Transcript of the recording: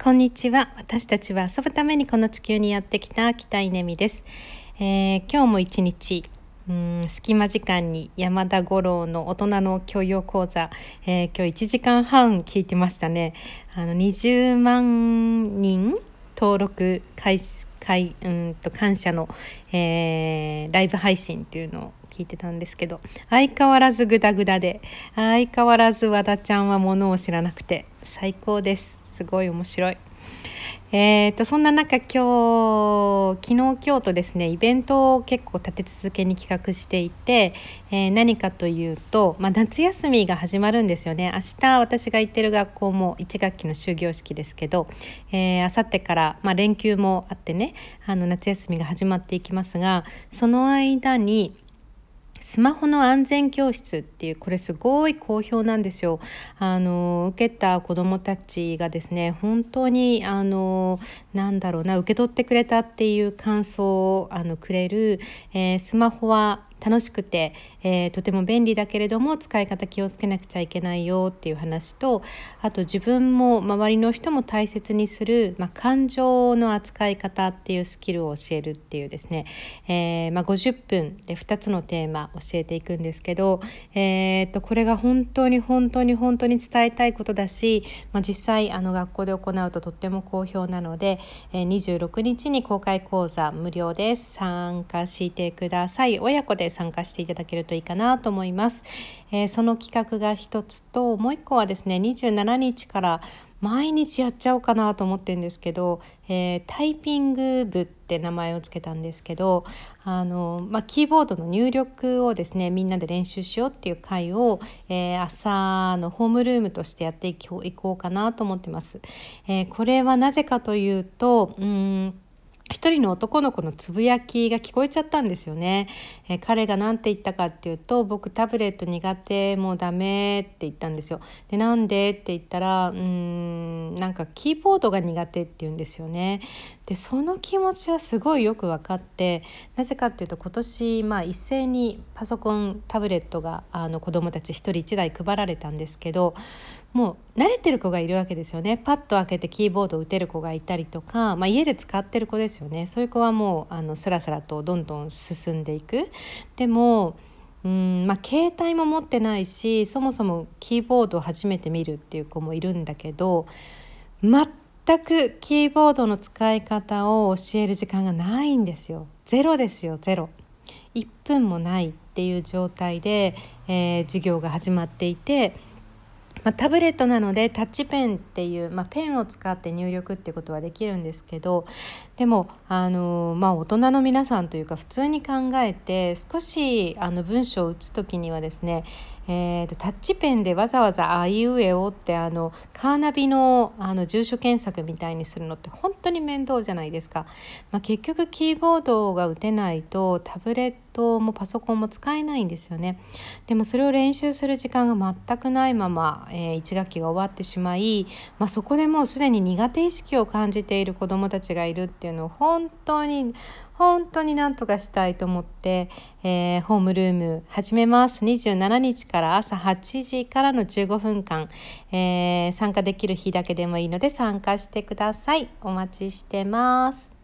こんにちは。私たちは遊ぶためにこの地球にやってきた北稲美です。今日も一日隙間時間に山田五郎の大人の教養講座、今日1時間半聞いてましたね。20万人登録感謝の、ライブ配信っていうのを聞いてたんですけど、相変わらずグダグダで、相変わらず和田ちゃんはものを知らなくて最高です。すごい面白い。そんな中昨日今日とですねイベントを結構立て続けに企画していて、何かというと、夏休みが始まるんですよね。明日私が行ってる学校も1学期の終業式ですけど、明後日から、連休もあってね、夏休みが始まっていきますが、その間にスマホの安全教室っていう、これすごい好評なんですよ。受けた子どもたちがですね、本当に受け取ってくれたっていう感想をくれる、スマホは楽しくて、とても便利だけれども使い方気をつけなくちゃいけないよっていう話と、あと自分も周りの人も大切にする、感情の扱い方っていうスキルを教えるっていうですね、50分で2つのテーマ教えていくんですけど、これが本当に伝えたいことだし、実際学校で行うととっても好評なので、26日に公開講座無料です。参加してください。親子で参加していただけるといいかなと思います。その企画が一つと、もう一個はですね、27日から毎日やっちゃおうかなと思ってるんですけど、タイピング部って名前をつけたんですけど、キーボードの入力をですねみんなで練習しようっていう会を、朝のホームルームとしてやっていこうかなと思ってます。これはなぜかというと、一人の男の子のつぶやきが聞こえちゃったんですよね。彼が何て言ったかっていうと、僕タブレット苦手、もうダメって言ったんですよ。で、なんでって言ったら、キーボードが苦手って言うんですよね。で、その気持ちはすごいよく分かって、なぜかっていうと、今年一斉にパソコンタブレットが子どもたち一人一台配られたんですけど、もう慣れてる子がいるわけですよね。パッと開けてキーボードを打てる子がいたりとか、家で使ってる子ですよね。そういう子はもうスラスラとどんどん進んでいく。でも携帯も持ってないし、そもそもキーボードを初めて見るっていう子もいるんだけど、全くキーボードの使い方を教える時間がないんですよ。ゼロですよ、ゼロ。1分もないっていう状態で、授業が始まっていて、タブレットなのでタッチペンっていう、ペンを使って入力っていうことはできるんですけど、でも大人の皆さんというか普通に考えて、少し文章を打つときにはですね、タッチペンでわざわざあいうえおってカーナビの住所検索みたいにするのって本当に面倒じゃないですか。結局キーボードが打てないとタブレットもパソコンも使えないんですよね。でもそれを練習する時間が全くないまま、1学期が終わってしまい、そこでもうすでに苦手意識を感じている子どもたちがいるっていうのを本当になんとかしたいと思って、ホームルーム始めます。27日から朝8時からの15分間、参加できる日だけでもいいので参加してください。お待ちしてます。